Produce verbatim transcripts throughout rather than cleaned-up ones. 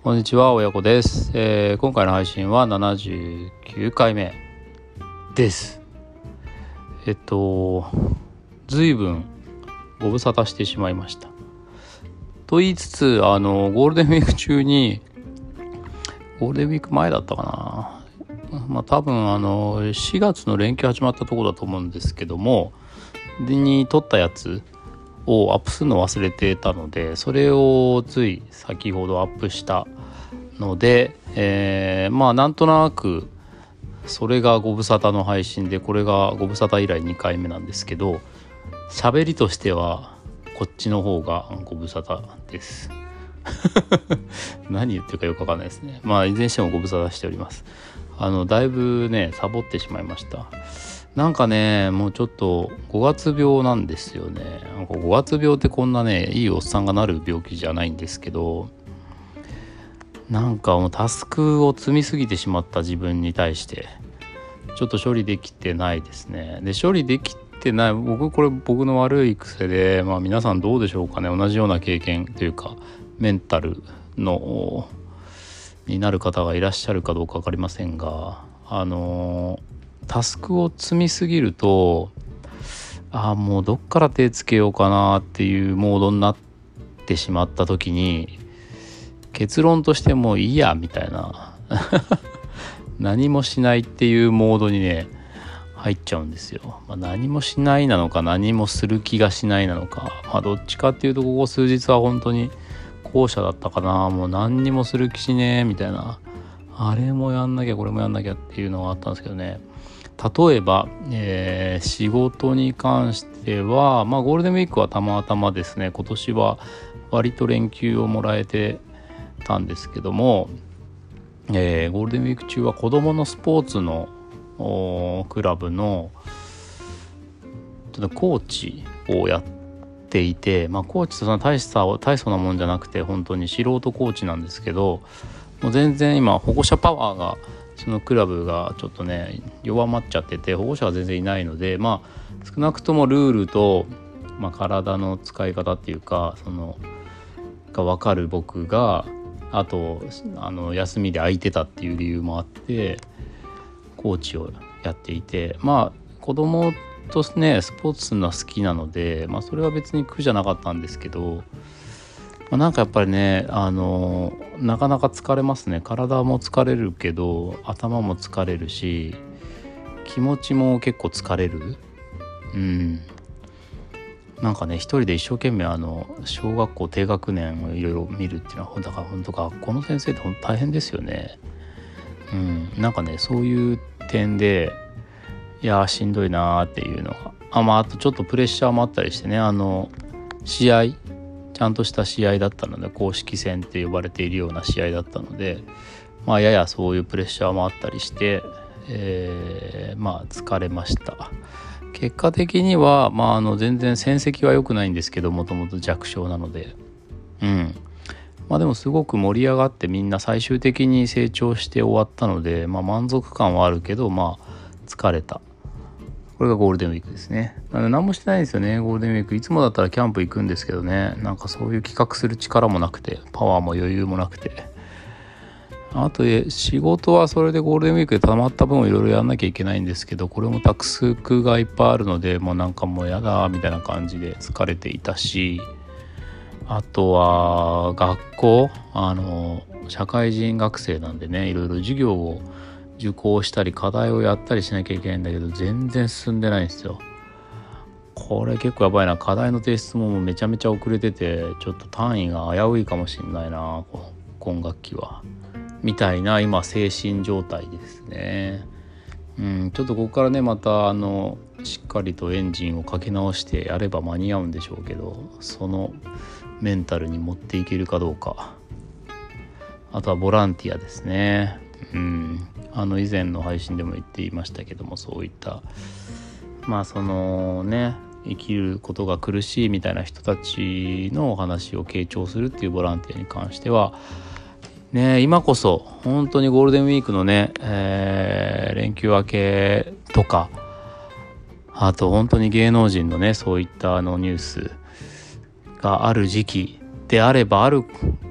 こんにちは、親子です、えー、今回の配信はななじゅうきゅうかいめです。えっと随分ご無沙汰してしまいました。と言いつつあのゴールデンウィーク中にゴールデンウィーク前だったかな、まあ多分あのしがつの連休始まったところだと思うんですけども、でに撮ったやつをアップするの忘れてたので、それをつい先ほどアップしたので、えー、まあなんとなくそれがご無沙汰の配信で、これがご無沙汰以来にかいめなんですけど、喋りとしてはこっちの方がご無沙汰です何言ってるかよくわかんないですね。まあいずれにしてもご無沙汰しております。あのだいぶねサボってしまいました。なんかねもうちょっとごがつ病なんですよね。なんかごがつ病ってこんなねいいおっさんがなる病気じゃないんですけど、なんかもうタスクを積みすぎてしまった自分に対してちょっと処理できてないですね。で処理できてない僕これ僕の悪い癖で、まあ皆さんどうでしょうかね。同じような経験というかメンタルのになる方がいらっしゃるかどうか分かりませんが、あのタスクを積みすぎると、ああもうどっから手つけようかなっていうモードになってしまった時に、結論としてもういいやみたいな何もしないっていうモードにね入っちゃうんですよ。まあ、何もしないなのか何もする気がしないなのか、まあ、どっちかっていうとここ数日は本当に後者だったかな。もう何にもする気しねえみたいな、あれもやんなきゃこれもやんなきゃっていうのがあったんですけどね。例えば、えー、仕事に関しては、まあ、ゴールデンウィークはたまたまですね、今年は割と連休をもらえてたんですけども、えー、ゴールデンウィーク中は子どものスポーツのクラブのちょっとコーチをやっていて、まあ、コーチとそんな大した大層なもんじゃなくて本当に素人コーチなんですけど、もう全然今保護者パワーがそのクラブがちょっとね弱まっちゃってて、保護者は全然いないので、まあ少なくともルールと、まあ、体の使い方っていうかそのが分かる僕が、あとあの休みで空いてたっていう理由もあってコーチをやっていて、まあ子供とねスポーツするのは好きなので、まあそれは別に苦じゃなかったんですけど、まあ、なんかやっぱりねあのなかなか疲れますね。体も疲れるけど頭も疲れるし気持ちも結構疲れる。うんなんかね一人で一生懸命あの小学校低学年をいろいろ見るっていうのはだから本当学校の先生って本当大変ですよね。うんなんかねそういう点でいやしんどいなーっていうのが、あまああとちょっとプレッシャーもあったりしてね、あの試合ちゃんとした試合だったので、公式戦って呼ばれているような試合だったので、まあややそういうプレッシャーもあったりして、えー、まあ疲れました。結果的には、まあ、あの全然戦績は良くないんですけど、もともと弱小なので、うんまあでもすごく盛り上がってみんな最終的に成長して終わったので、まあ、満足感はあるけど、まあ疲れた。これがゴールデンウィークですね。なので何もしてないんですよね。ゴールデンウィークいつもだったらキャンプ行くんですけどね、なんかそういう企画する力もなくて、パワーも余裕もなくて、あと仕事はそれでゴールデンウィークで溜まった分をいろいろやんなきゃいけないんですけど、これもタスクがいっぱいあるので、もうなんかもうやだみたいな感じで疲れていたし、あとは学校あの社会人学生なんでね、いろいろ授業を受講したり課題をやったりしなきゃいけないんだけど全然進んでないんですよ。これ結構やばいな。課題の提出もめちゃめちゃ遅れてて、ちょっと単位が危ういかもしんないな今学期はみたいな今精神状態ですね。うん、ちょっとここからねまたあのしっかりとエンジンをかけ直してやれば間に合うんでしょうけど、そのメンタルに持っていけるかどうか。あとはボランティアですね。うんあの以前の配信でも言っていましたけども、そういったまあそのね生きることが苦しいみたいな人たちのお話を傾聴するっていうボランティアに関してはね、今こそ本当にゴールデンウィークのね、えー、連休明けとか、あと本当に芸能人のねそういったあのニュースがある時期であればある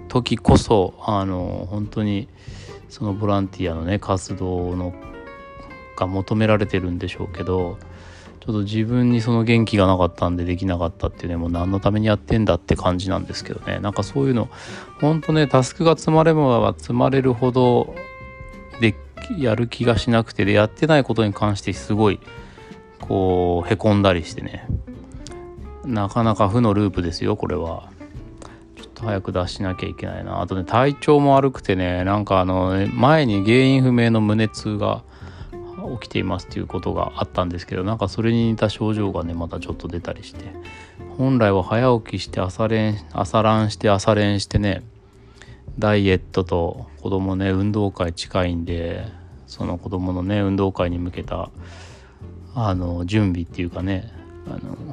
時こそあの本当にそのボランティアのね活動のが求められてるんでしょうけど、ちょっと自分にその元気がなかったんでできなかったっていうね、もう何のためにやってんだって感じなんですけどね。なんかそういうの本当ね、タスクが積まれば積まれるほどでやる気がしなくて、でやってないことに関してすごいこうへこんだりしてね、なかなか負のループですよこれは。ちょっと早く脱しなきゃいけないな。あとね、体調も悪くてね、なんかあの前に原因不明の胸痛が起きていますっていうことがあったんですけど、なんかそれに似た症状がねまたちょっと出たりして、本来は早起きして朝練朝ランして朝練してね、ダイエットと子供ね運動会近いんで、その子供のね運動会に向けたあの準備っていうかね、あの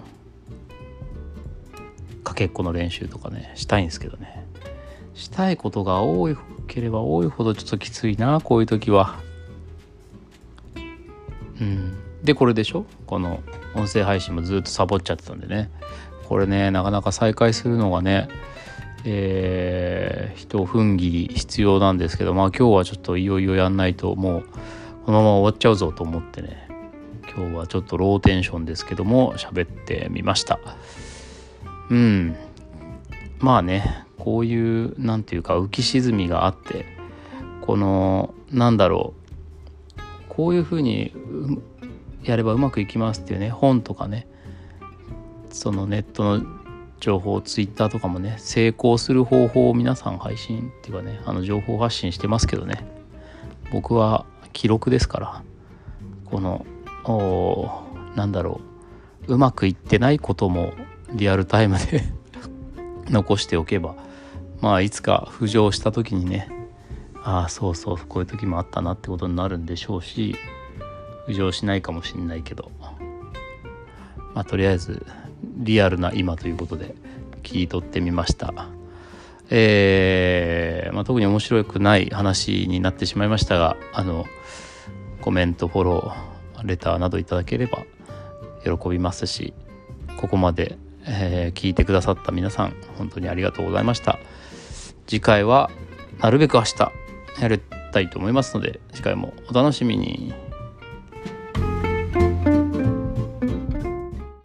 かけっこの練習とかねしたいんですけどね、したいことが多ければ多いほどちょっときついなこういう時は。うん、でこれでしょ、この音声配信もずっとサボっちゃってたんでね、これねなかなか再開するのがね、えー、一踏ん切り必要なんですけど、まあ今日はちょっといよいよやんないともうこのまま終わっちゃうぞと思ってね、今日はちょっとローテンションですけども喋ってみました。うん、まあね、こういうなんていうか浮き沈みがあって、このなんだろう、こういう風にやればうまくいきますっていうね本とかね、そのネットの情報、ツイッターとかもね成功する方法を皆さん配信っていうかね、あの情報発信してますけどね、僕は記録ですから、このなんだろう、うまくいってないこともリアルタイムで残しておけば、まあいつか浮上した時にね、ああそうそうこういう時もあったなってことになるんでしょうし、浮上しないかもしれないけど、まあとりあえずリアルな今ということで切り取ってみました。えーまあ、特に面白くない話になってしまいましたが、あのコメントフォローレターなどいただければ喜びますし、ここまで、えー、聞いてくださった皆さん本当にありがとうございました。次回はなるべく明日やりたいと思いますので、次回もお楽しみに。